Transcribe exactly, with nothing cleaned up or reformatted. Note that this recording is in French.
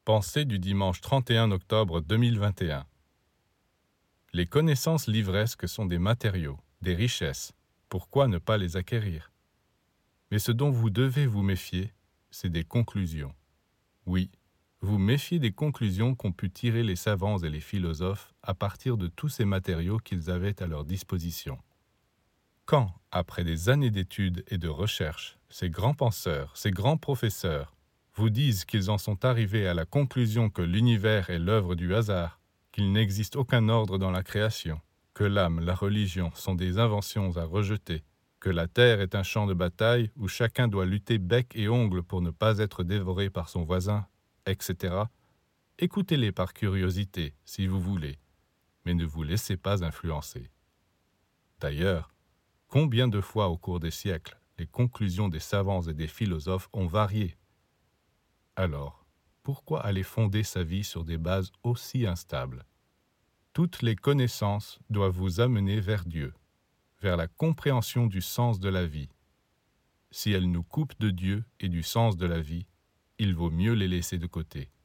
Pensée du dimanche trente et un octobre deux mille vingt et un. Les connaissances livresques sont des matériaux, des richesses. Pourquoi ne pas les acquérir? Mais ce dont vous devez vous méfier, c'est des conclusions. Oui, vous méfiez des conclusions qu'ont pu tirer les savants et les philosophes à partir de tous ces matériaux qu'ils avaient à leur disposition. Quand, après des années d'études et de recherches, ces grands penseurs, ces grands professeurs, vous disent qu'ils en sont arrivés à la conclusion que l'univers est l'œuvre du hasard, qu'il n'existe aucun ordre dans la création, que l'âme, la religion sont des inventions à rejeter, que la terre est un champ de bataille où chacun doit lutter bec et ongle pour ne pas être dévoré par son voisin, et cetera, écoutez-les par curiosité, si vous voulez, mais ne vous laissez pas influencer. D'ailleurs, combien de fois au cours des siècles, les conclusions des savants et des philosophes ont varié? Alors, pourquoi aller fonder sa vie sur des bases aussi instables? Toutes les connaissances doivent vous amener vers Dieu, vers la compréhension du sens de la vie. Si elles nous coupent de Dieu et du sens de la vie, il vaut mieux les laisser de côté.